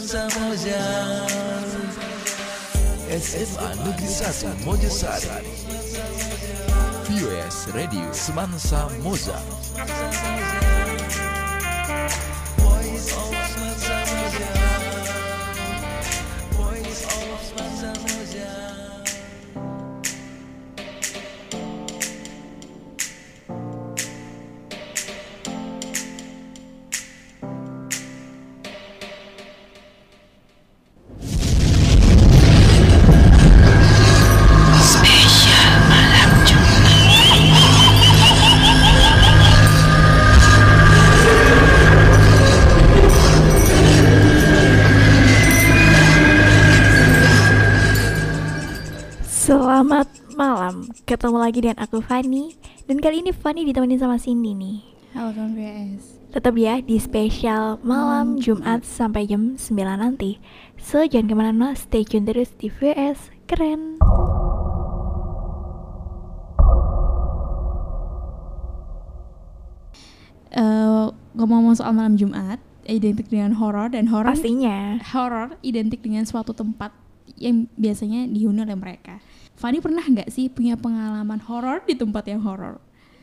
Moja SMA Negeri 1 Mojosari VOS Radio Semansa Moza Selamat malam, ketemu lagi dengan aku Fanny. Dan kali ini Fanny ditemani sama Cindy nih. Halo kawan VS. Tetap ya di spesial malam Jumat sampai jam 9 nanti. So jangan kemana-mana, stay tune terus di VS Keren. Ngomong-ngomong soal malam Jumat, identik dengan horor, dan Pastinya horor identik dengan suatu tempat yang biasanya dihuni oleh mereka. Fanny pernah nggak sih punya pengalaman horor di tempat yang horor?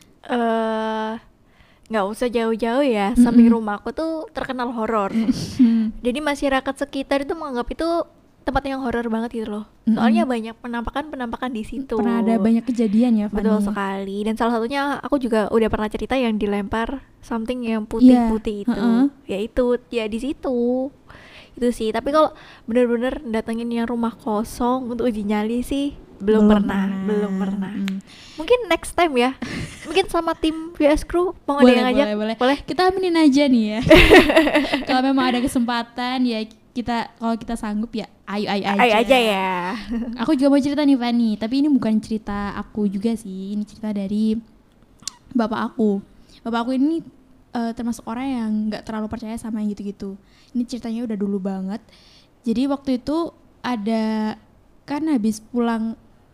nggak usah jauh-jauh ya, samping rumahku tuh terkenal horor. Jadi masyarakat sekitar itu menganggap itu tempat yang horor banget gitu loh. Soalnya banyak penampakan di situ. Pernah ada banyak kejadian ya, Fanny? Betul sekali. Dan salah satunya aku juga udah pernah cerita yang dilempar something yang putih-putih itu. Ya itu ya di situ. Itu sih. Tapi kalau bener-bener datengin yang rumah kosong untuk uji nyali sih belum pernah. Mungkin next time ya. Mungkin sama tim VS Crew mau ada yang ngajak. Boleh. Kita aminin aja nih ya. Kalau memang ada kesempatan ya, kalau kita sanggup ya ayo aja ya. Aku juga mau cerita nih Fanny, tapi ini bukan cerita aku juga sih, ini cerita dari bapak aku. Bapak aku ini termasuk orang yang nggak terlalu percaya sama yang gitu-gitu. Ini ceritanya udah dulu banget. Jadi waktu itu ada, kan habis pulang,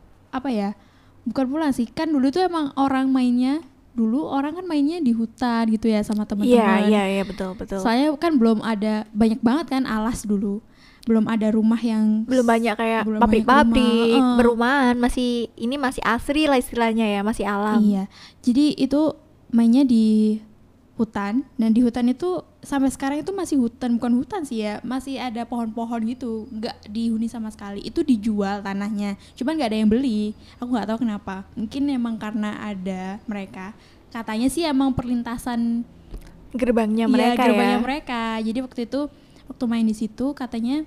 bukan pulang sih, kan dulu tuh emang orang kan mainnya di hutan gitu ya sama teman-teman. Iya betul. Soalnya kan belum ada banyak banget kan alas dulu. Belum ada rumah yang belum banyak kayak pabrik-pabrik, perumahan, masih asri lah istilahnya ya, masih alam. Iya. Jadi itu mainnya di hutan, dan di hutan itu sampai sekarang itu masih hutan, bukan hutan sih ya, masih ada pohon-pohon gitu, nggak dihuni sama sekali. Itu dijual tanahnya, cuman nggak ada yang beli. Aku nggak tahu kenapa, mungkin emang karena ada mereka, katanya sih emang perlintasan gerbangnya mereka. Jadi waktu main di situ katanya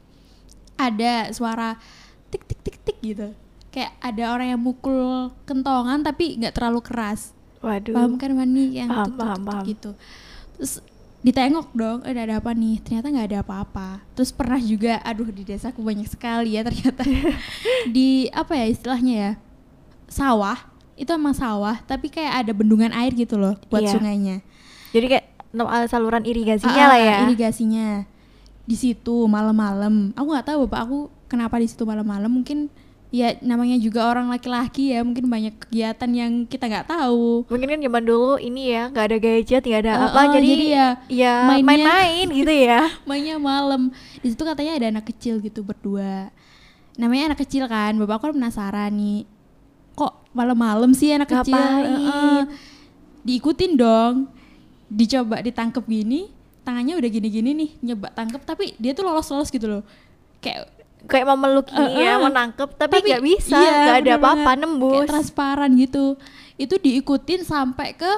ada suara tik tik tik tik gitu, kayak ada orang yang mukul kentongan tapi nggak terlalu keras. Waduh. Paham kan Fanny yang paham gitu. Terus ditengok dong, ada apa nih? Ternyata nggak ada apa-apa. Terus pernah juga, di desaku banyak sekali ya ternyata. Di istilahnya ya, sawah. Itu emang sawah, tapi kayak ada bendungan air gitu loh buat sungainya. Jadi kayak saluran irigasinya lah ya. Irigasinya di situ malam-malam. Aku nggak tahu bapak aku kenapa di situ malam-malam. Mungkin ya namanya juga orang laki-laki ya, mungkin banyak kegiatan yang kita nggak tahu. Mungkin kan zaman dulu ini ya nggak ada gadget, nggak ada jadi ya main-main gitu ya. Mainnya malam. Di situ katanya ada anak kecil gitu berdua. Namanya anak kecil kan, bapak aku penasaran nih, kok malam-malam sih anak kecil. Diikutin dong, dicoba ditangkep gini, tangannya udah gini-gini nih, nyoba tangkep, tapi dia tuh lolos-lolos gitu loh, kayak mau meluk mau nangkep tapi nggak bisa, nggak ada apa-apa, nembus, kayak transparan gitu. Itu diikutin sampai ke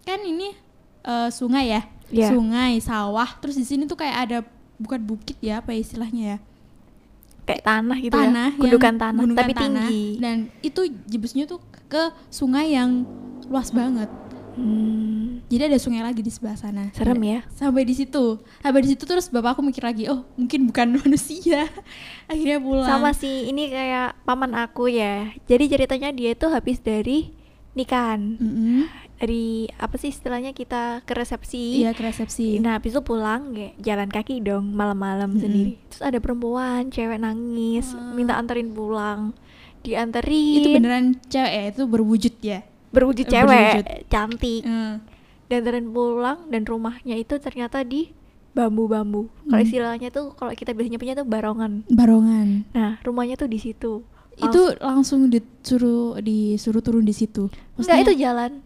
sungai ya, sungai, sawah. Terus di sini tuh kayak ada, bukan bukit ya, apa istilahnya ya, kayak tanah gitu, gundukan tanah tapi tinggi. Dan itu jebusnya tuh ke sungai yang luas banget. Jadi ada sungai lagi di sebelah sana. Serem ya. Sampai di situ terus bapak aku mikir lagi, mungkin bukan manusia. Akhirnya pulang. Sama sih, ini kayak paman aku ya. Jadi ceritanya dia itu habis dari nikahan. Dari istilahnya, kita ke resepsi. Iya, ke resepsi. Nah habis itu pulang jalan kaki dong malam-malam sendiri. Terus ada perempuan cewek nangis minta anterin pulang. Dianterin. Itu beneran cewek ya? Itu berwujud ya? Berwujud cewek cantik. Dianterin pulang, dan rumahnya itu ternyata di bambu-bambu. Kalau istilahnya tuh kalau kita biasanya punya tuh barongan. Nah, rumahnya tuh di situ. Itu langsung disuruh turun di situ. Maksudnya, enggak, itu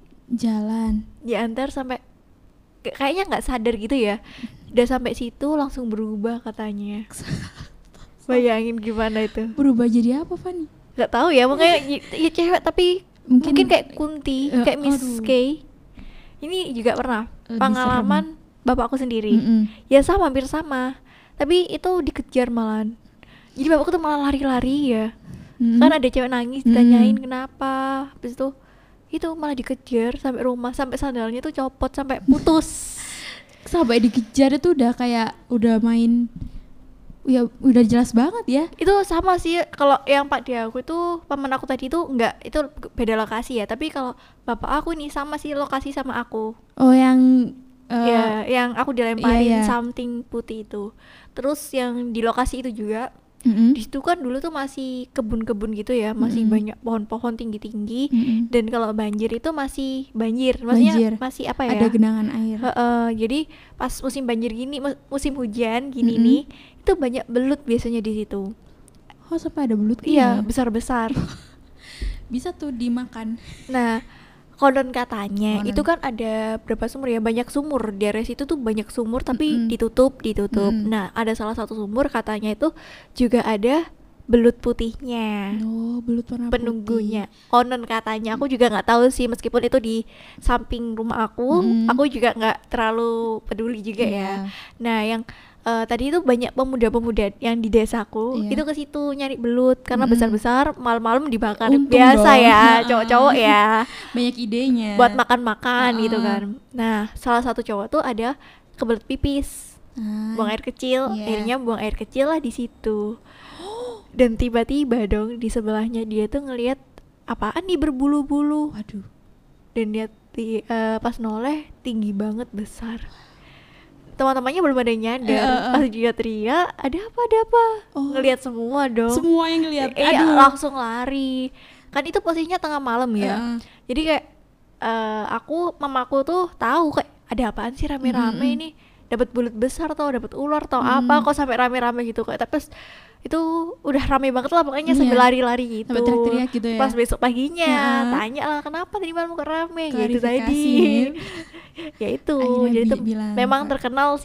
jalan. Diantar sampai kayaknya nggak sadar gitu ya. Udah sampai situ langsung berubah katanya. Bayangin gimana itu. Berubah jadi apa, Fanny? Nggak tahu ya, makanya ya cewek tapi mungkin kayak Kunti, kayak Miss K. Ini juga pernah pengalaman bapakku sendiri. Ya sama, hampir sama. Tapi itu dikejar malahan. Jadi bapakku tuh malah lari-lari ya. Kan ada cewek nangis, ditanyain kenapa. Habis itu malah dikejar sampai rumah, sampai sandalnya tuh copot, sampai putus. Sampai dikejar itu udah kayak udah main. Ya udah jelas banget ya. Itu sama sih, kalau yang Pak di aku itu paman aku tadi itu enggak, itu beda lokasi ya. Tapi kalau bapak aku nih sama sih lokasi sama aku. Oh, yang ya, yang aku dilemparin something putih itu. Terus yang di lokasi itu juga, di situ kan dulu tuh masih kebun-kebun gitu ya, masih banyak pohon-pohon tinggi-tinggi. Dan kalau banjir itu masih maksudnya masih apa ya? Ada genangan air. Jadi pas musim banjir gini, musim hujan gini nih, itu banyak belut biasanya di situ. Oh, sampai ada belut? Iya, besar-besar. Bisa tuh dimakan. Nah, konon katanya itu kan ada berapa sumur ya, banyak sumur di area situ tuh, banyak sumur tapi ditutup. Nah, ada salah satu sumur katanya itu juga ada belut putihnya. Oh, belut warna penunggunya putih. Konon katanya, aku juga nggak tahu sih, meskipun itu di samping rumah aku juga nggak terlalu peduli juga ya. Nah, yang tadi itu banyak pemuda-pemuda yang di desaku itu ke situ nyari belut karena besar-besar, malam-malam dibakar. Untung biasa dong. Ya cowok-cowok ya banyak idenya buat makan-makan gitu kan. Nah, salah satu cowok tuh ada kebelet pipis, buang air kecil, akhirnya buang air kecil lah di situ. Dan tiba-tiba dong di sebelahnya dia tuh ngelihat apaan nih berbulu-bulu. Waduh. Dan dia pas noleh tinggi banget, besar. Teman-temannya belum ada yang nyadar. Pas dia teriak, ada apa? Ngelihat semua dong. Semua yang ngelihat. Langsung lari. Kan itu posisinya tengah malam ya. Jadi kayak mamaku tuh tahu kayak ada apaan sih rame-rame ini. Dapat bulut besar atau dapat ular atau apa kok sampai rame-rame gitu kayak. Tapi itu udah rame banget lah pokoknya, sambil lari-lari gitu. Sampai teriak-teriak gitu ya. Pas besok paginya tanya lah, kenapa tadi malam kok rame gitu tadi. Ya itu. Jadi itu memang terkenal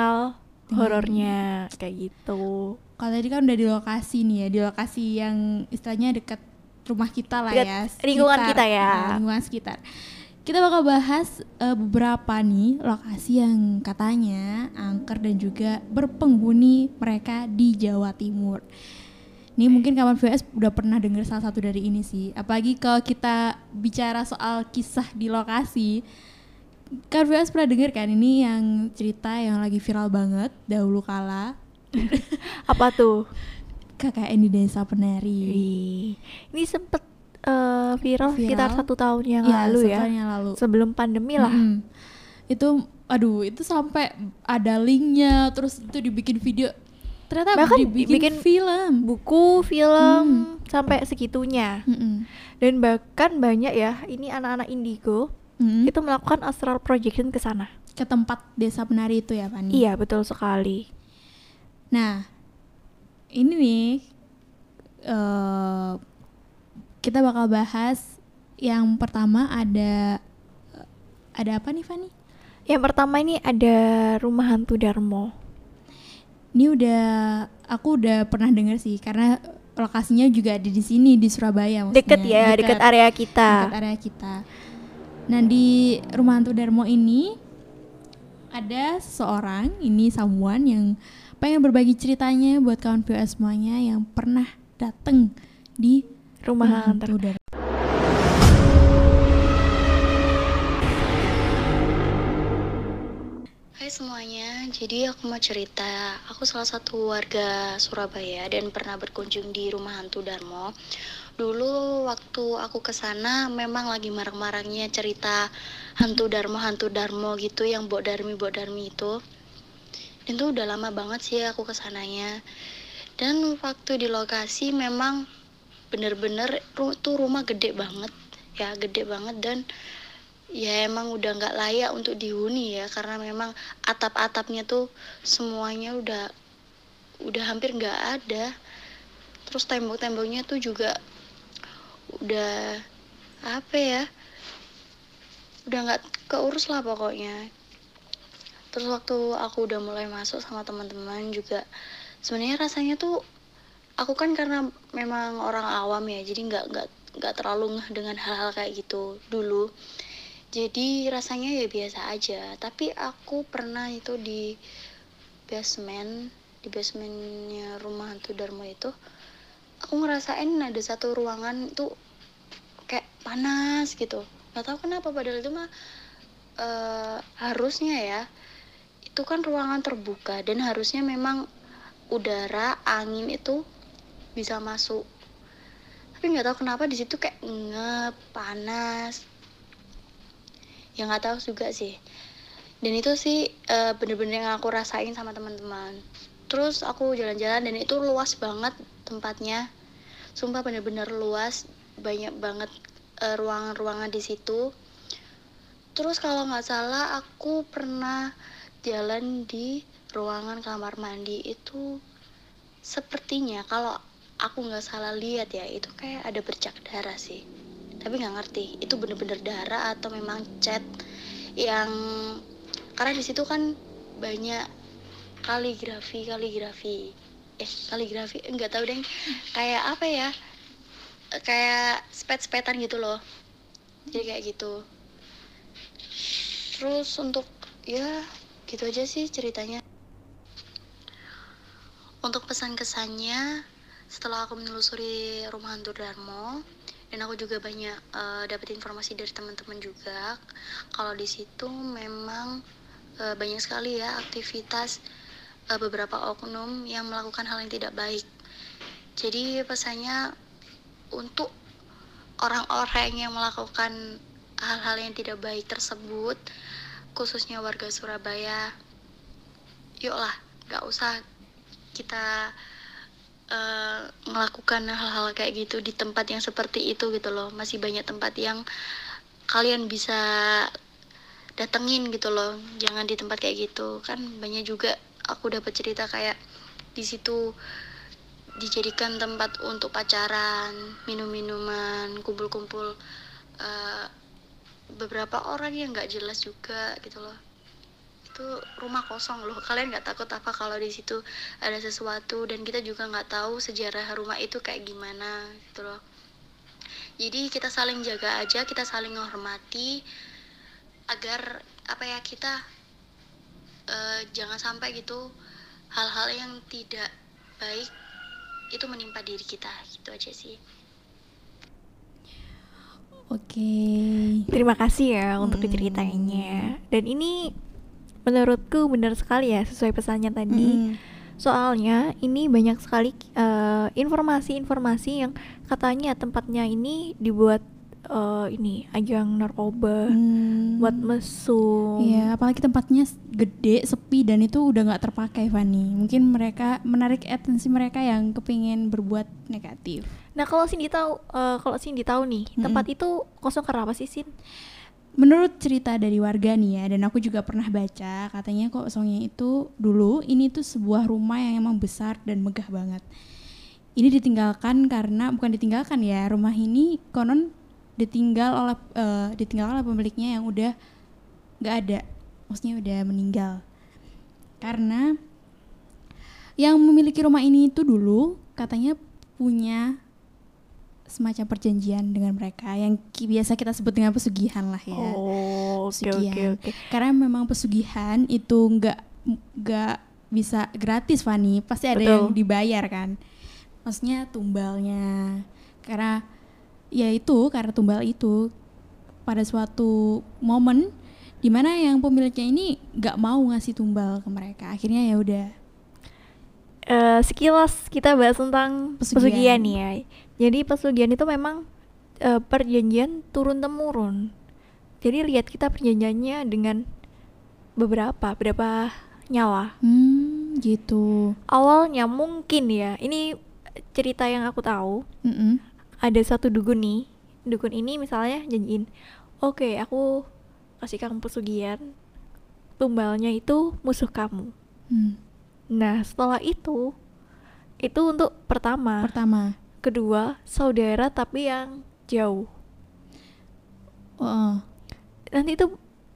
horornya kayak gitu. Kalau tadi kan udah di lokasi nih ya, di lokasi yang istilahnya dekat rumah kita lah ya, lingkungan kita ya, lingkungan sekitar. Kita bakal bahas beberapa nih lokasi yang katanya angker dan juga berpenghuni mereka di Jawa Timur. Ini mungkin kawan VS udah pernah dengar salah satu dari ini sih. Apalagi kalau kita bicara soal kisah di lokasi, kawan VS pernah dengar kan ini yang cerita yang lagi viral banget dahulu kala. Apa tuh? KKN di Desa Penari. Ini sempet viral sekitar 1 tahun yang lalu ya, sebelum pandemi lah. Itu itu sampai ada linknya, terus itu dibikin video, ternyata bahkan dibikin film, buku, sampai segitunya. Dan bahkan banyak ya, ini anak-anak indigo itu melakukan astral projection ke sana, ke tempat Desa Penari itu ya, Fani? Iya, betul sekali. Nah, ini nih kita bakal bahas yang pertama, ada apa nih, Fani? Yang pertama ini ada Rumah Hantu Darmo. Ini aku udah pernah dengar sih, karena lokasinya juga ada di sini di Surabaya, maksudnya. Dekat area kita. Nah, di Rumah Hantu Darmo ini ada seseorang, ini someone yang pengen berbagi ceritanya buat kawan VS semuanya yang pernah datang di Rumah Hantu Darmo. Hai semuanya, jadi aku mau cerita. Aku salah satu warga Surabaya dan pernah berkunjung di Rumah Hantu Darmo. Dulu waktu aku kesana memang lagi marak-maraknya cerita hantu Darmo gitu, yang Mbok Darmi itu. Dan itu udah lama banget sih aku kesananya. Dan waktu di lokasi memang bener-bener tuh rumah gede banget dan ya emang udah nggak layak untuk dihuni ya, karena memang atap-atapnya tuh semuanya udah hampir nggak ada. Terus tembok-temboknya tuh juga udah apa ya, udah nggak keurus lah pokoknya. Terus waktu aku udah mulai masuk sama teman-teman juga, sebenarnya rasanya tuh aku kan karena memang orang awam ya, jadi nggak terlalu ngeh dengan hal-hal kayak gitu dulu. Jadi rasanya ya biasa aja. Tapi aku pernah itu di basementnya rumah hantu Darmo itu, aku ngerasain ada satu ruangan tuh kayak panas gitu. Gak tahu kenapa, padahal itu mah harusnya ya itu kan ruangan terbuka dan harusnya memang udara angin itu bisa masuk. Tapi nggak tahu kenapa di situ kayak ngep, panas. Ya nggak tahu juga sih. Dan itu sih bener-bener yang aku rasain sama teman-teman. Terus aku jalan-jalan dan itu luas banget tempatnya. Sumpah bener-bener luas, banyak banget ruangan-ruangan di situ. Terus kalau nggak salah aku pernah jalan di ruangan kamar mandi itu, sepertinya kalau aku nggak salah lihat ya, itu kayak ada bercak darah sih. Tapi nggak ngerti itu bener-bener darah atau memang cat yang, karena di situ kan banyak kaligrafi nggak tahu deh, kayak apa ya, kayak spet-spetan gitu loh, jadi kayak gitu. Terus untuk ya gitu aja sih ceritanya. Untuk pesan-kesannya, setelah aku menelusuri rumah hantu Darmo dan aku juga banyak dapat informasi dari teman-teman juga, kalau di situ memang banyak sekali ya aktivitas beberapa oknum yang melakukan hal yang tidak baik. Jadi pesannya untuk orang-orang yang melakukan hal-hal yang tidak baik tersebut, khususnya warga Surabaya, yuklah gak usah kita melakukan hal-hal kayak gitu di tempat yang seperti itu gitu loh. Masih banyak tempat yang kalian bisa datengin gitu loh, jangan di tempat kayak gitu. Kan banyak juga aku dapat cerita kayak di situ dijadikan tempat untuk pacaran, minum-minuman, kumpul-kumpul beberapa orang yang nggak jelas juga gitu loh. Itu rumah kosong loh, kalian nggak takut apa kalau di situ ada sesuatu? Dan kita juga nggak tahu sejarah rumah itu kayak gimana gitu loh. Jadi kita saling jaga aja, kita saling menghormati agar apa ya, kita jangan sampai gitu hal-hal yang tidak baik itu menimpa diri kita, gitu aja sih. Oke. Terima kasih ya untuk ceritanya. Dan ini menurutku benar sekali ya, sesuai pesannya tadi. Soalnya ini banyak sekali informasi-informasi yang katanya tempatnya ini dibuat ini ajang narkoba, buat mesum. Iya, apalagi tempatnya gede, sepi, dan itu udah nggak terpakai, Fani. Mungkin mereka menarik atensi mereka yang kepingin berbuat negatif. Nah, kalau Cindy tahu nih, tempat itu kosong karena apa sih, Sin? Menurut cerita dari warga nih ya, dan aku juga pernah baca, katanya kosongnya itu dulu ini tuh sebuah rumah yang emang besar dan megah banget. Ini ditinggalkan karena, bukan ditinggalkan ya, rumah ini konon ditinggal oleh pemiliknya yang udah nggak ada, maksudnya udah meninggal. Karena yang memiliki rumah ini itu dulu katanya punya semacam perjanjian dengan mereka yang biasa kita sebut dengan pesugihan lah ya. Oh, Pesugihan. oke. Karena memang pesugihan itu nggak bisa gratis, Fani, pasti ada yang dibayar kan, maksudnya tumbalnya. Karena tumbal itu pada suatu momen dimana yang pemiliknya ini nggak mau ngasih tumbal ke mereka, akhirnya ya udah. Sekilas kita bahas tentang pesugihan nih ya. Jadi pesugihan itu memang perjanjian turun temurun. Jadi lihat kita perjanjiannya dengan berapa nyawa. Gitu. Awalnya mungkin ya, ini cerita yang aku tahu. Ada satu dukun nih. Dukun ini misalnya janjiin, oke, aku kasih kamu pesugihan, tumbalnya itu musuh kamu. Nah setelah itu untuk pertama. Kedua saudara tapi yang jauh. Nanti itu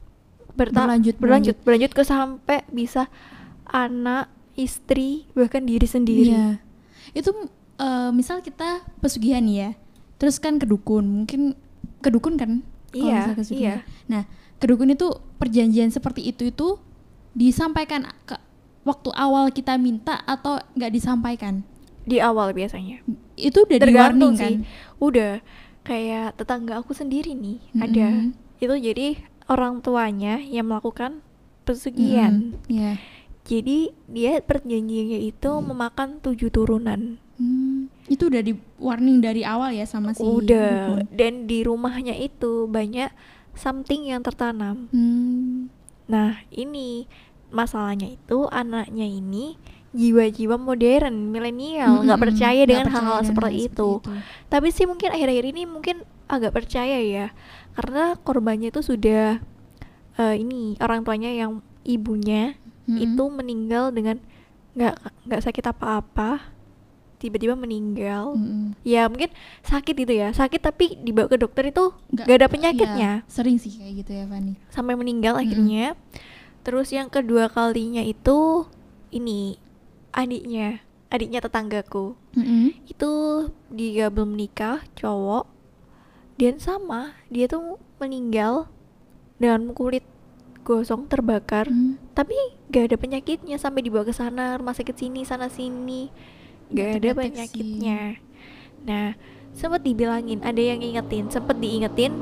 berlanjut ke sampai bisa anak, istri, bahkan diri sendiri. Iya. Itu misal kita pesugihan ya, terus kan ke dukun kan? Iya. Nah, ke dukun itu perjanjian seperti itu disampaikan ke waktu awal kita minta atau nggak disampaikan? Di awal biasanya. Itu udah tergantung di-warning kan? Udah. Kayak tetangga aku sendiri nih, ada. Itu jadi orang tuanya yang melakukan pesugihan. Jadi dia perjanjiannya itu memakan 7 turunan. Itu udah di warning dari awal ya sama si udah dukun. Dan di rumahnya itu banyak something yang tertanam. Nah ini masalahnya itu anaknya ini jiwa-jiwa modern, milenial, nggak percaya dengan hal-hal seperti itu. Tapi sih mungkin akhir-akhir ini mungkin agak percaya ya, karena korbannya itu sudah ini orang tuanya yang ibunya itu meninggal dengan nggak sakit apa-apa, tiba-tiba meninggal. Ya mungkin sakit gitu ya, sakit tapi dibawa ke dokter itu nggak ada penyakitnya. Ya, sering sih kayak gitu ya Fani. Sampai meninggal akhirnya. Terus yang kedua kalinya itu ini adiknya tetanggaku. Itu dia belum nikah, cowok, dan sama dia tuh meninggal dengan kulit gosong terbakar, tapi gak ada penyakitnya, sampai dibawa ke sana rumah sakit sini sana sini gak ada penyakitnya. Nah sempat dibilangin, ada yang sempet diingetin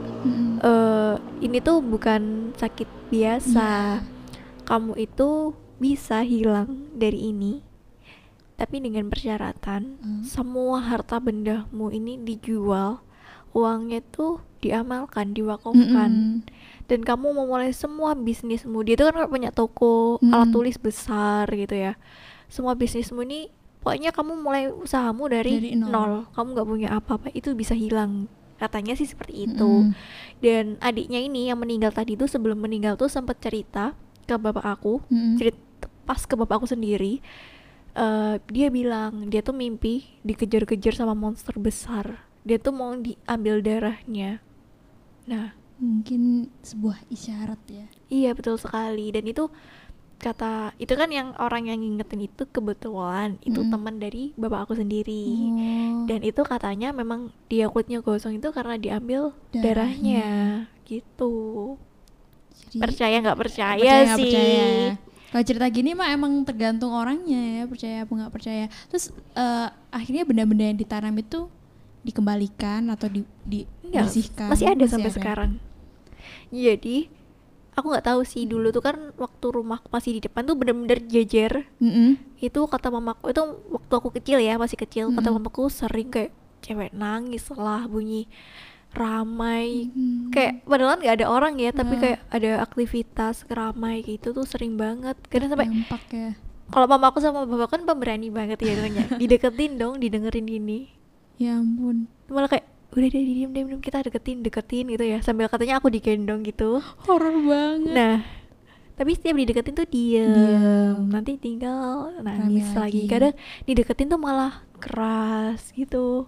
ini tuh bukan sakit biasa, kamu itu bisa hilang dari ini, tapi dengan persyaratan semua harta bendamu ini dijual, uangnya tuh diamalkan, diwakafkan, dan kamu memulai semua bisnismu. Dia tuh kan punya toko alat tulis besar gitu ya, semua bisnismu ini pokoknya kamu mulai usahamu dari nol. Kamu gak punya apa-apa, itu bisa hilang, katanya sih seperti itu. Dan adiknya ini yang meninggal tadi tuh sebelum meninggal tuh sempat cerita ke bapak aku, pas ke bapak aku sendiri. Dia bilang dia tuh mimpi dikejar-kejar sama monster besar, dia tuh mau diambil darahnya. Nah mungkin sebuah isyarat ya. Iya betul sekali. Dan itu kata itu kan yang orang yang ngingetin itu kebetulan itu teman dari bapak aku sendiri. Dan itu katanya memang dia kulitnya gosong itu karena diambil darahnya gitu. Jadi, percaya nggak percaya sih. Kalau cerita gini mah emang tergantung orangnya ya, percaya apa nggak percaya. Terus akhirnya benda-benda yang ditanam itu dikembalikan atau dibersihkan? Masih ada sampai sekarang. Jadi aku nggak tahu sih, dulu tuh kan waktu rumahku masih di depan tuh bener-bener jejer. Itu kata mamaku, itu waktu aku kecil ya, masih kecil, kata mamaku sering kayak cewek nangis lah, bunyi ramai, kayak padahal nggak ada orang ya, tapi kayak ada aktivitas ramai gitu tuh sering banget. Karena sampai ya. Kalau mamaku sama bapak kan pemberani banget ya dengannya, dideketin dong, didengerin gini. Ya ampun. Malah kayak udah deh diem kita deketin gitu ya, sambil katanya aku digendong gitu. Horor banget. Nah tapi setiap dideketin tuh diem, nanti tinggal nangis lagi. Kadang dideketin tuh malah keras gitu.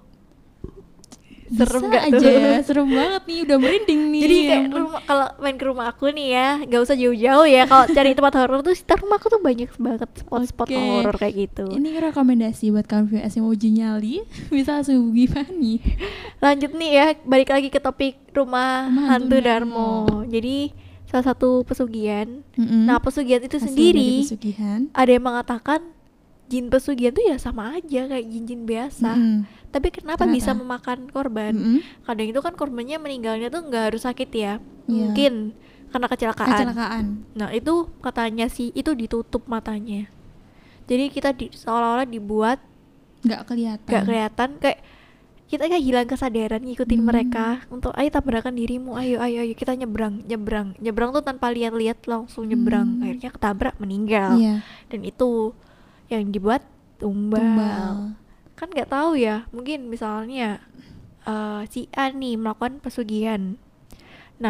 Serem gak aja tuh? Ya, serem banget nih, udah merinding nih. Jadi kayak kalau main ke rumah aku nih ya, gak usah jauh-jauh ya. Kalau cari tempat horor tuh sekitar rumah aku tuh banyak banget spot-spot horor kayak gitu. Ini rekomendasi buat kalian VS yang mau uji nyali, bisa langsung hubungi Fani. Lanjut nih ya, balik lagi ke topik rumah hantu Darmo. Jadi salah satu pesugihan. Nah pesugihan itu sendiri ada yang mengatakan jin pesugihan tuh ya sama aja kayak jin-jin biasa. Tapi kenapa bisa memakan korban? Kadang itu kan korbannya meninggalnya tuh nggak harus sakit ya, mungkin karena kecelakaan. Nah itu katanya sih itu ditutup matanya, jadi kita seolah-olah dibuat nggak kelihatan, kayak kita kayak hilang kesadaran, ngikutin mereka untuk ayo tabrakan dirimu, ayo kita nyebrang tuh tanpa lihat langsung nyebrang, akhirnya ketabrak meninggal. Dan itu yang dibuat tumbal. Kan nggak tahu ya, mungkin misalnya si A nih melakukan pesugihan. Nah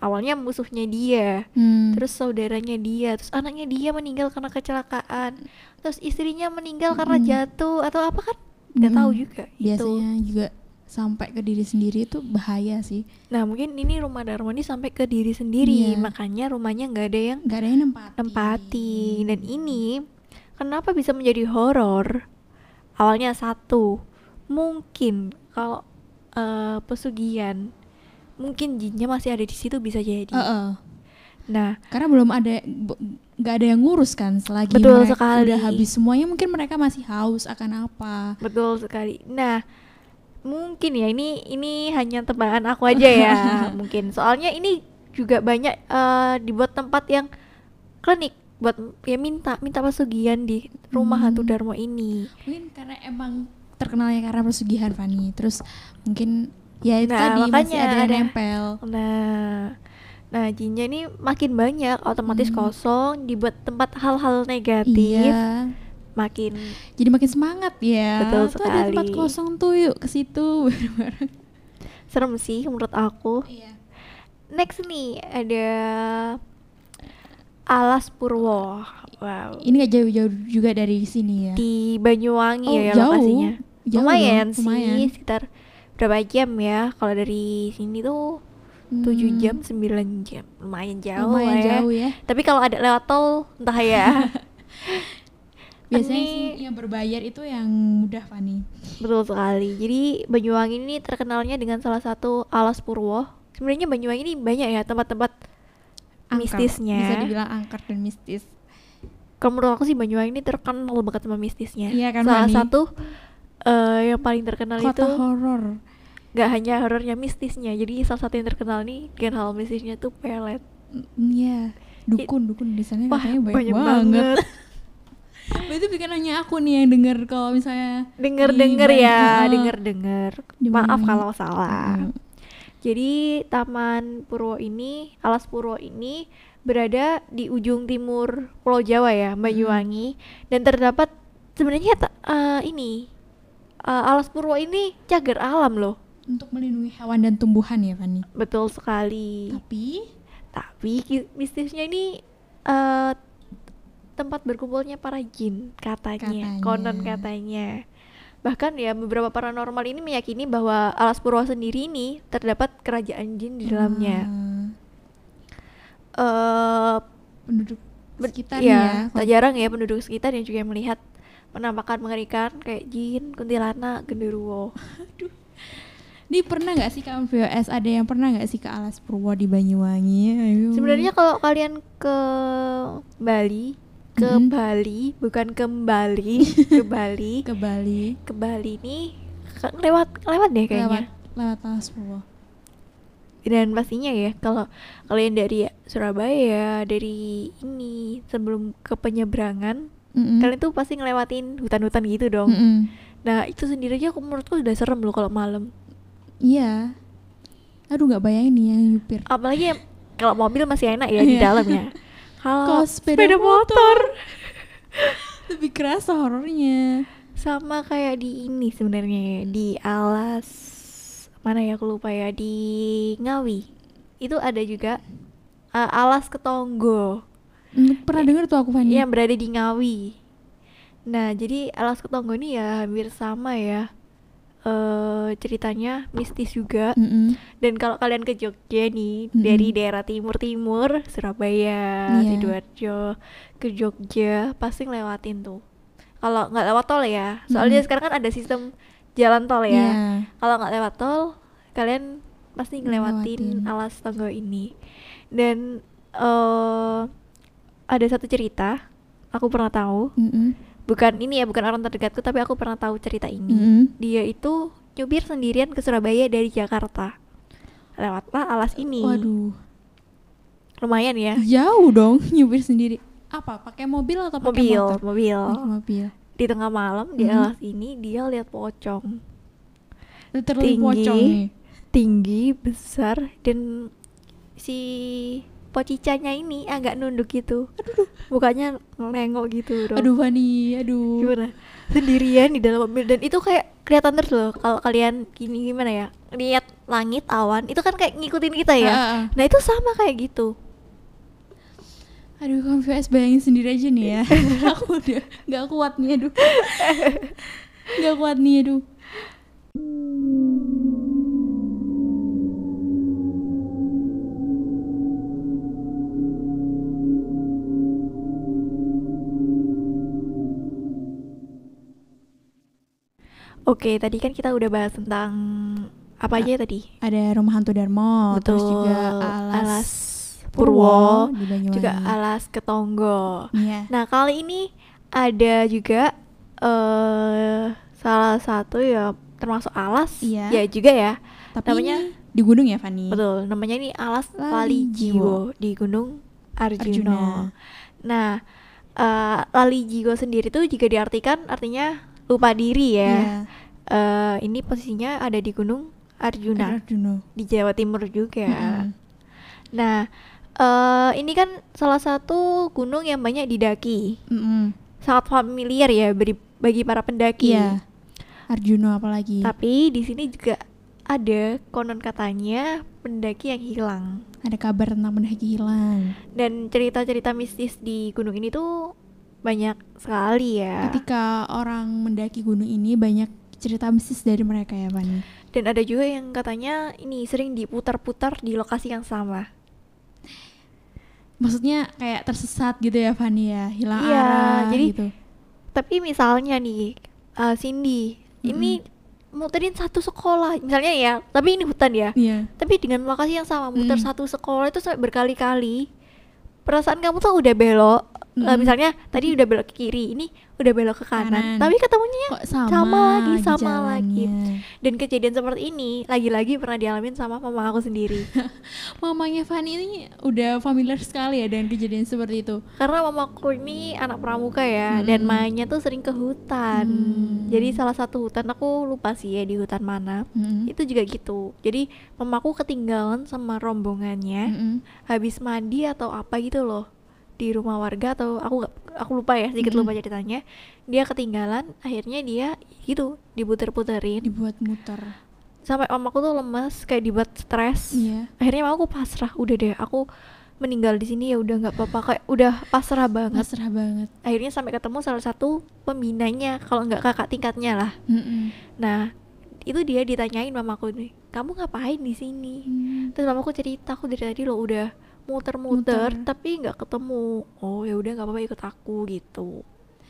awalnya musuhnya dia, terus saudaranya dia, terus anaknya dia meninggal karena kecelakaan, terus istrinya meninggal karena jatuh atau apa kan nggak tahu juga. Biasanya juga sampai ke diri sendiri itu bahaya sih. Nah mungkin ini rumah Darmo ini sampai ke diri sendiri, makanya rumahnya nggak ada yang nempatin. Dan ini kenapa bisa menjadi horor? Awalnya satu, mungkin kalau pesugihan, mungkin jinnya masih ada di situ, bisa jadi. Nah, karena belum ada, nggak ada yang ngurus kan selagi betul mereka sekali. udah habis semuanya, mungkin mereka masih haus akan apa. Betul sekali. Nah, mungkin ya ini hanya tebakan aku aja ya. Mungkin soalnya ini juga banyak dibuat tempat yang klinik buat ya minta pesugihan di rumah hantu Darmo ini. Mungkin karena emang terkenalnya karena pesugihan, Fani. Terus mungkin ya itu Nah, tadi masih makanya ada yang ada. nempel. Nah jinnya ini makin banyak, otomatis kosong, dibuat tempat hal-hal negatif. Iya. Jadi makin semangat ya. Betul tuh ada tempat sekali. kosong tuh, yuk ke situ bareng-bareng. Serem sih menurut aku. Iya. Next nih ada Alas Purwo. Wow. Ini gak jauh-jauh juga dari sini ya. Di Banyuwangi Oh, ya jauh. lokasinya. Jauh Lumayan dong, sih, lumayan. sekitar berapa jam ya? Kalau dari sini tuh 7 jam, 9 jam. Lumayan jauh Lumayan lah ya. jauh ya. Tapi kalau ada lewat tol entah ya. Biasanya Ini- sih yang berbayar itu yang mudah, Fani. Betul sekali. Jadi Banyuwangi ini terkenalnya dengan salah satu Alas Purwo. Sebenarnya Banyuwangi ini banyak ya tempat-tempat Angker. mistisnya. Bisa dibilang angker dan mistis. Kalau menurut aku sih Banyuwangi ini terkenal banget sama mistisnya. Iya kan, Salah Fani? satu yang paling terkenal Kota itu horor. gak hanya horornya, mistisnya. Jadi salah satu yang terkenal nih dengan hal mistisnya tuh pelet. Iya. Dukun di sana Wah, katanya banyak banyak banget. banget. Itu bukan hanya aku nih yang denger kalau misalnya Denger-denger di ya, Banyuwangi. denger-denger. Di Maaf Banyuwangi. kalau salah. Jadi Taman Purwo ini, Alas Purwo ini berada di ujung timur Pulau Jawa ya, Banyuwangi, dan terdapat sebenarnya Alas Purwo ini cagar alam loh. Untuk melindungi hewan dan tumbuhan ya, Fani. Betul sekali. Tapi mistisnya ini tempat berkumpulnya para jin katanya. Konon katanya. Bahkan ya beberapa paranormal ini meyakini bahwa Alas Purwo sendiri ini terdapat kerajaan jin di dalamnya. Penduduk sekitar Ya, ya. tak jarang ya penduduk sekitar yang juga melihat penampakan mengerikan kayak jin, kuntilanak, genderuwo. Ini pernah nggak sih kamu VOS, ada yang pernah nggak sih ke Alas Purwo di Banyuwangi? Ayo. Sebenarnya kalau kalian ke Bali, Mm-mm. Bali bukan kembali, ke Bali. Ke Bali. Ke Bali nih lewat deh kayaknya. Lewat Alas Purwo. Dan pastinya ya kalau kalian dari Surabaya, dari ini sebelum ke penyeberangan, kalian tuh pasti ngelewatin hutan-hutan gitu dong. Nah itu sendiri aja menurutku udah serem loh kalau malam. Iya. Aduh, nggak bayangin nih yang nyupir. Apalagi kalau mobil masih enak ya di dalamnya. Kalau Kalau sepeda motor lebih kerasa horornya. sama kayak di ini sebenarnya, di Alas mana ya aku lupa ya, di Ngawi itu ada juga Alas Ketonggo Pernah dengar tuh aku, Fani. yang berada di Ngawi. Nah jadi Alas Ketonggo ini ya hampir sama ya, ceritanya mistis juga. Dan kalau kalian ke Jogja nih, dari daerah timur Surabaya, Sidoarjo ke Jogja pasti ngelewatin tuh. Kalau nggak lewat tol ya, soalnya sekarang kan ada sistem jalan tol ya. Iya. Kalau nggak lewat tol, kalian pasti ngelewatin Alas Tonggo ini. Dan ada satu cerita aku pernah tahu, bukan ini ya, bukan orang terdekatku, tapi aku pernah tahu cerita ini. Dia itu nyupir sendirian ke Surabaya dari Jakarta, lewatlah Alas ini. Waduh, lumayan ya. jauh dong nyupir sendiri. Apa, pakai mobil atau pakai motor? Mobil. Di tengah malam di Alas ini dia lihat pocong Literally pocong nih. tinggi besar, dan si pocicanya ini agak nunduk gitu. Aduh, mukanya nengok gitu dong. Aduh Fani, aduh. Gimana? Sendirian di dalam mobil dan itu kayak kelihatan terus loh kalau kalian gini gimana ya? Lihat langit awan itu kan kayak ngikutin kita ya. Nah, itu sama kayak gitu. Aduh, kamu VS bayangin sendiri aja nih ya. Aku udah gak kuat nih, aduh. Gak kuat nih, aduh. Oke, tadi kan kita udah bahas tentang apa aja tadi? Ada Rumah Hantu Darmo, Betul. terus juga Alas Purwo, di Banyuwangi. juga Alas Ketonggo. Iya. Nah, kali ini ada juga salah satu ya termasuk alas Iya. ya juga ya. Tapi namanya ini di gunung ya, Fani? betul, namanya ini Alas Lali Lalijiwo di Gunung Arjuna. Arjuna. Nah, Lalijiwo sendiri tuh juga diartikan artinya lupa diri ya. Iya. Ini posisinya ada di Gunung Arjuna Arjuna. di Jawa Timur juga. Mm-mm. Nah, ini kan salah satu gunung yang banyak didaki. Mm-mm. Sangat familiar ya bagi para pendaki. Iya. Arjuna apalagi. Tapi di sini juga ada konon katanya pendaki yang hilang. Ada kabar tentang pendaki hilang. Dan cerita-cerita mistis di gunung ini tuh banyak sekali ya. Ketika orang mendaki gunung ini banyak cerita mistis dari mereka ya, Fani. Dan ada juga yang katanya ini sering diputar-putar di lokasi yang sama. Maksudnya kayak tersesat gitu ya, Fani ya, hilang Iya, arah jadi gitu. Tapi misalnya nih, Cindy, ini muterin satu sekolah, misalnya ya, tapi ini hutan ya. Iya. Tapi dengan lokasi yang sama, muter satu sekolah itu sampai berkali-kali. Perasaan kamu tuh udah belok, misalnya tadi udah belok ke kiri, ini udah belok ke kanan. Tapi ketemunya Kok sama, sama lagi. jalannya. Dan kejadian seperti ini lagi-lagi pernah dialamin sama mama aku sendiri. Mamanya Fani ini udah familiar sekali ya dengan kejadian seperti itu. Karena mamaku ini anak pramuka ya, dan mainnya tuh sering ke hutan. Jadi salah satu hutan, aku lupa sih ya di hutan mana. Itu juga gitu. Jadi mamaku ketinggalan sama rombongannya habis mandi atau apa gitu loh di rumah warga, atau aku lupa ya, sedikit lupa ceritanya. Dia ketinggalan, akhirnya dia gitu diputer-puterin. Dibuat muter. Sampai mamaku tuh lemas, kayak dibuat stres. Iya. Akhirnya mamaku pasrah, udah deh aku meninggal di sini ya udah nggak apa-apa, kayak udah pasrah banget. Pasrah banget. Akhirnya sampai ketemu salah satu pembinanya, kalau nggak kakak tingkatnya lah. Nah, itu dia ditanyain mamaku nih, kamu ngapain di sini? Terus mamaku cerita, aku dari tadi lo udah muter-muter tapi nggak ketemu. Oh ya udah nggak apa-apa, ikut aku gitu.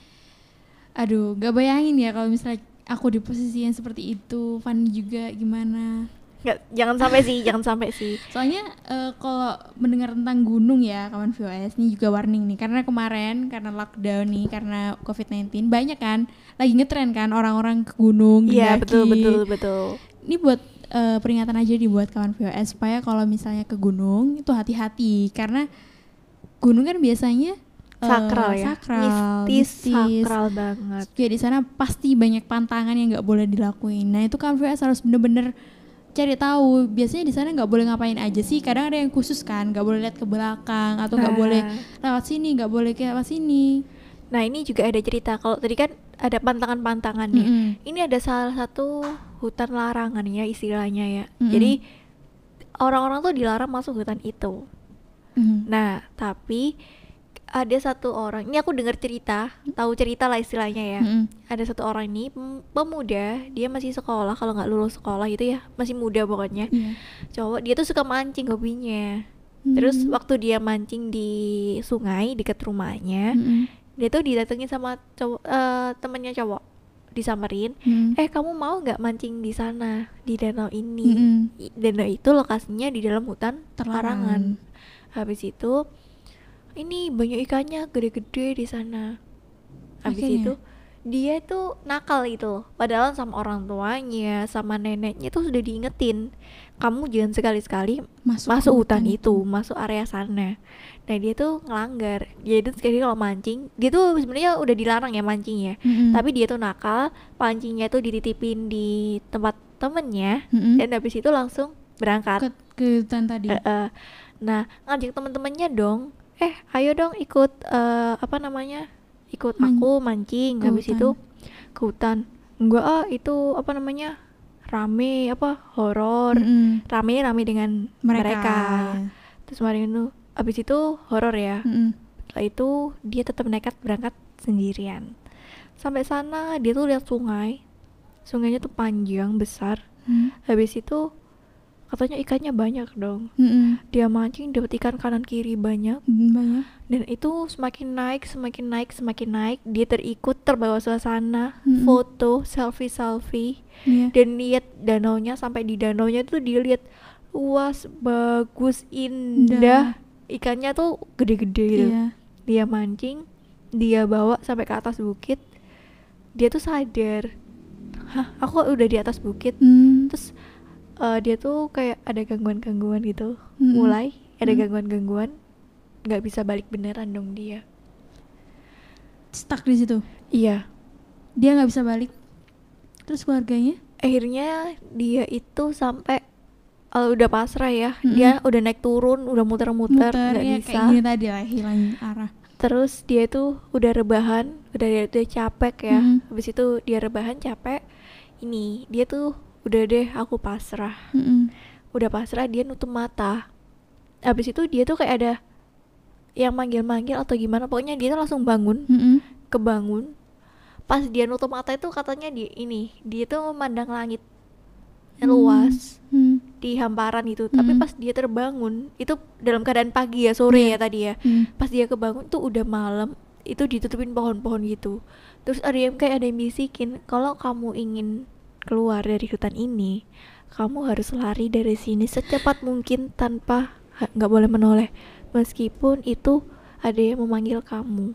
Aduh, gak bayangin ya kalau misalnya aku di posisi yang seperti itu. Fanny juga gimana? Jangan sampai sih. Soalnya kalau mendengar tentang gunung ya, kawan VOS, ini juga warning nih, karena kemarin karena lockdown nih, karena COVID-19 banyak kan lagi ngetren kan orang-orang ke gunung. Iya, betul. Ini buat peringatan aja dibuat kawan VOS supaya kalau misalnya ke gunung itu hati-hati, karena gunung kan biasanya sakral ya, mistis, sakral banget. Kayak di sana pasti banyak pantangan yang nggak boleh dilakuin. Nah itu kawan VOS harus bener-bener cari tahu. Biasanya di sana nggak boleh ngapain aja sih. Kadang ada yang khusus kan, nggak boleh lihat ke belakang atau nggak boleh lewat sini, nggak boleh lewat sini. Nah ini juga ada cerita. Kalau tadi kan ada pantangan-pantangannya. Ini ada salah satu hutan larangan ya istilahnya ya. Jadi orang-orang tuh dilarang masuk hutan itu. Nah tapi ada satu orang, ini aku dengar cerita, tahu cerita lah istilahnya ya. Ada satu orang ini pemuda, dia masih sekolah, kalau nggak lulus sekolah gitu ya, masih muda pokoknya. Cowok, dia tuh suka mancing hobinya. Terus waktu dia mancing di sungai dekat rumahnya, dia tuh didatengin sama cowok, temennya cowok, disamperin. Kamu mau nggak mancing di sana di danau ini? Danau itu lokasinya di dalam hutan larangan. Habis itu ini banyak ikannya gede-gede di sana. Habis itu dia tuh nakal gitu, padahal sama orang tuanya, sama neneknya tuh sudah diingetin, kamu jangan sekali-sekali masuk hutan itu, masuk area sana. Nah dia tuh ngelanggar. Dia tuh sekali kalau mancing, dia tuh sebenarnya udah dilarang ya mancing ya, tapi dia tuh nakal, pancingnya tuh dititipin di tempat temennya, dan habis itu langsung berangkat ke hutan tadi. Nah, ngajak teman-temannya dong. Ayo dong ikut ikut aku mancing. Ke Habis hutan. itu ke hutan. Enggak, itu rame, horor. Rame dengan mereka. Ya. Terus kemarin itu habis itu horor ya. Setelah itu dia tetap nekat berangkat sendirian. Sampai sana dia tuh lihat sungai. Sungainya tuh panjang, besar. Habis itu katanya ikannya banyak dong. Dia mancing dapat ikan kanan kiri banyak. Dan itu semakin naik, dia terbawa suasana, foto, selfie. Dan lihat danaunya, sampai di danaunya tuh dia lihat luas, bagus, indah. Ikannya tuh gede-gede gitu. Dia mancing, dia bawa sampai ke atas bukit. Dia tuh sadar, aku udah di atas bukit. Terus dia tuh kayak ada gangguan gitu. Mulai ada gangguan, nggak bisa balik beneran dong dia. Stuck di situ. Iya. Dia nggak bisa balik. Terus keluarganya? Akhirnya dia itu sampai udah pasrah ya. Dia udah naik turun, udah muter-muter, nggak ya, bisa. Kayak gini tadi lah, hilang arah. Terus dia tuh udah rebahan, udah capek ya. Habis itu dia rebahan capek. Ini dia tuh udah deh, aku pasrah. Udah pasrah, dia nutup mata. Habis itu dia tuh kayak ada yang manggil-manggil atau gimana, pokoknya dia tuh langsung bangun. Kebangun. Pas dia nutup mata itu katanya dia tuh memandang langit luas di hamparan itu. Tapi pas dia terbangun itu dalam keadaan pagi ya, sore ya tadi ya. Pas dia kebangun tuh udah malam, itu ditutupin pohon-pohon gitu. Terus ada yang bisikin, kalau kamu ingin keluar dari hutan ini, kamu harus lari dari sini secepat mungkin tanpa nggak boleh menoleh, meskipun itu ada yang memanggil kamu.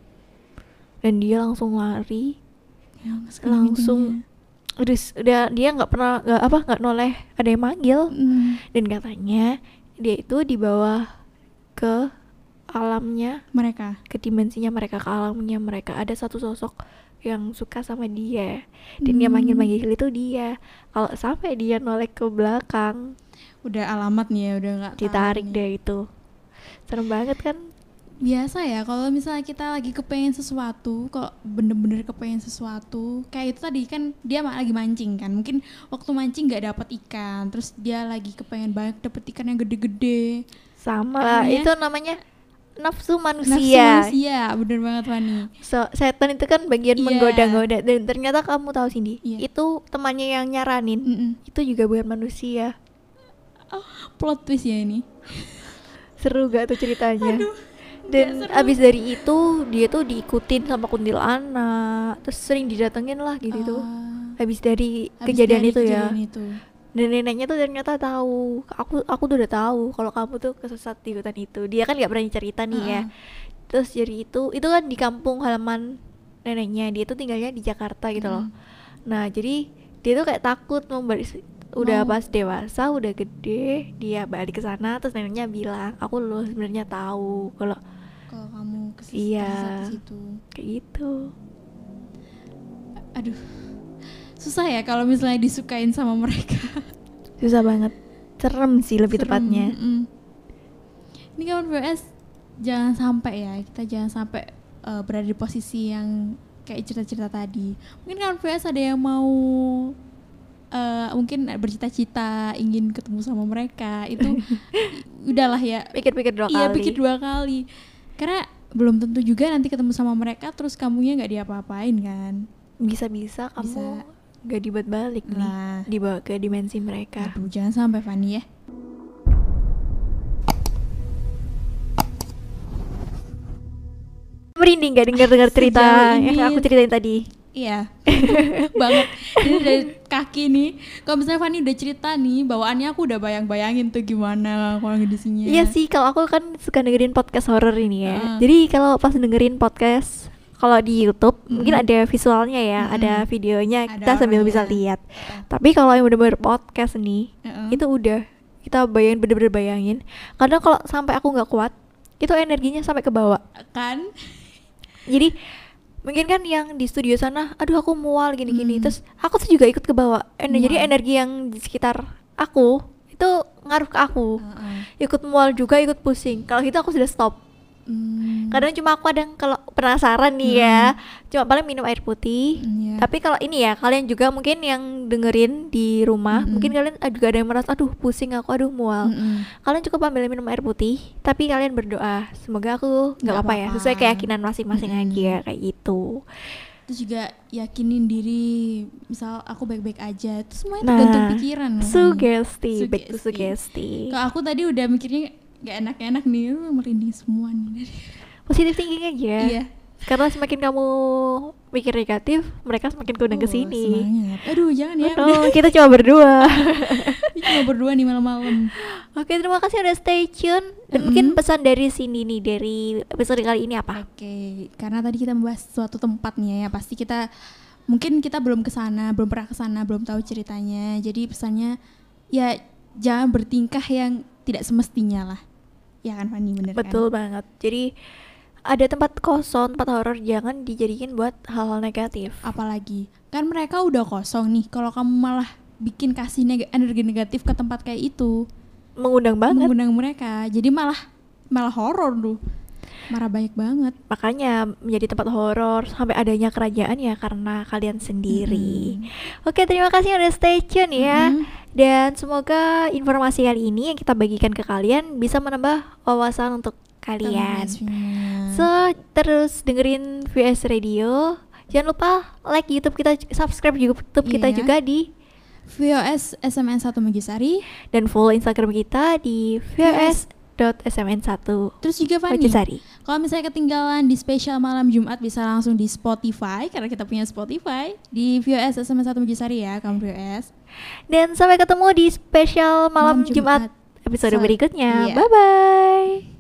Dan dia langsung lari, langsung udah dia nggak noleh, ada yang manggil. Dan katanya dia itu dibawa ke alamnya mereka, ke dimensinya mereka, ke alamnya mereka. Ada satu sosok yang suka sama dia, dan dia manggil itu dia. Kalau sampai dia noleh ke belakang, udah alamat nih ya, udah nggak ditarik deh itu. Serem banget kan? Biasa ya kalau misalnya kita lagi kepengen sesuatu, kalau bener-bener kepengen sesuatu kayak itu tadi kan, dia lagi mancing kan, mungkin waktu mancing nggak dapet ikan, terus dia lagi kepengen banyak dapet ikan yang gede-gede. Sama itu namanya nafsu manusia. Bener banget Fani. Setan itu kan bagian menggoda-goda. Dan ternyata kamu tahu Cindy, itu temannya yang nyaranin itu juga bukan manusia. Plot twist ya ini. Seru gak tuh ceritanya? Dan abis dari itu dia tuh diikutin sama kuntilanak, terus sering didatengin lah gitu tuh. Habis dari kejadian itu ya. Dan neneknya tuh ternyata tahu. Aku tuh udah tahu kalau kamu tuh kesesat di hutan itu. Dia kan nggak berani cerita nih ya. Terus jadi itu kan di kampung halaman neneknya. Dia tuh tinggalnya di Jakarta gitu loh. Nah jadi dia tuh kayak takut udah pas dewasa, udah gede, dia balik ke sana. Terus neneknya bilang, aku loh sebenarnya tahu kalau kamu kesesat di situ. Kayak gitu. Aduh, susah ya kalau misalnya disukain sama mereka. Susah banget. Serem sih lebih tepatnya. Ini kawan VS, jangan sampai ya, kita jangan sampai berada di posisi yang kayak cerita-cerita tadi. Mungkin kawan VS ada yang mau mungkin bercita-cita ingin ketemu sama mereka, itu udahlah ya, pikir-pikir 2 kali. Iya, pikir 2 kali. Karena belum tentu juga nanti ketemu sama mereka terus kamunya nggak diapa-apain kan. Bisa kamu nggak dibuat balik nih, dibawa ke dimensi mereka. Aduh, jangan sampai Fani ya. Merinding gak dengar cerita yang aku ceritain tadi? Iya. Banget. Ini dari kaki nih. Kalau misalnya Fani udah cerita nih, bawaannya aku udah bayang-bayangin tuh gimana kondisinya. Iya sih, kalau aku kan suka dengerin podcast horror ini ya. Jadi kalau pas dengerin podcast, kalau di YouTube mungkin ada visualnya ya, ada videonya, kita sambil bisa lihat. Tapi kalau yang bener-bener podcast nih, itu udah kita bener-bener bayangin. Kadang kalau sampai aku nggak kuat, itu energinya sampai ke bawah kan. Jadi mungkin kan yang di studio sana, aduh aku mual gini-gini, terus aku tuh juga ikut ke bawah. Jadi energi yang di sekitar aku itu ngaruh ke aku. Ikut mual juga, ikut pusing. Kalau gitu aku sudah stop. Kadang cuma aku kadang kalau penasaran nih ya, cuma paling minum air putih. Tapi kalau ini ya, kalian juga mungkin yang dengerin di rumah, mungkin kalian juga ada yang merasa aduh pusing aku, aduh mual. Kalian cukup ambil minum air putih, tapi kalian berdoa semoga aku nggak apa-apa ya, sesuai keyakinan masing-masing aja kayak gitu. Terus juga yakinin diri, misal aku baik-baik aja, itu semuanya tergantung pikiran. Sugesti, back to sugesti. Kalau aku tadi udah mikirnya gak enak-enak nih, merinding semua nih. Positive thinking aja. Iya. Karena semakin kamu mikir negatif, mereka semakin kundang ke sini. Semangat. Aduh, jangan ya. Kita cuma berdua. Cuma berdua nih malam-malam. Oke, terima kasih udah stay tune. Dan mungkin pesan dari sini nih, dari episode kali ini apa? Oke, karena tadi kita membahas suatu tempat nih ya, pasti mungkin kita belum kesana, belum pernah kesana, belum tahu ceritanya. Jadi pesannya ya jangan bertingkah yang tidak semestinya lah. Ya kan Fanny, bener kan? Betul banget. Jadi ada tempat kosong, tempat horor jangan dijadiin buat hal-hal negatif. Apalagi kan mereka udah kosong nih, kalau kamu malah bikin kasih energi negatif ke tempat kayak itu, mengundang mereka. Jadi malah horor tuh. Marah banyak banget. Makanya menjadi tempat horor sampai adanya kerajaan ya karena kalian sendiri. Oke, terima kasih udah stay tune ya. Dan semoga informasi kali ini yang kita bagikan ke kalian bisa menambah wawasan untuk kalian. So, terus dengerin VS Radio. Jangan lupa like YouTube kita, subscribe YouTube kita juga di VOS SMN 1 Mojosari, dan follow Instagram kita di VOS.SMN1. Terus juga Fanny, kalau misalnya ketinggalan di spesial malam Jumat bisa langsung di Spotify, karena kita punya Spotify di VOS SMN 1 Mojosari ya, kamu VOS. Dan sampai ketemu di spesial malam Jumat episode berikutnya. Bye bye.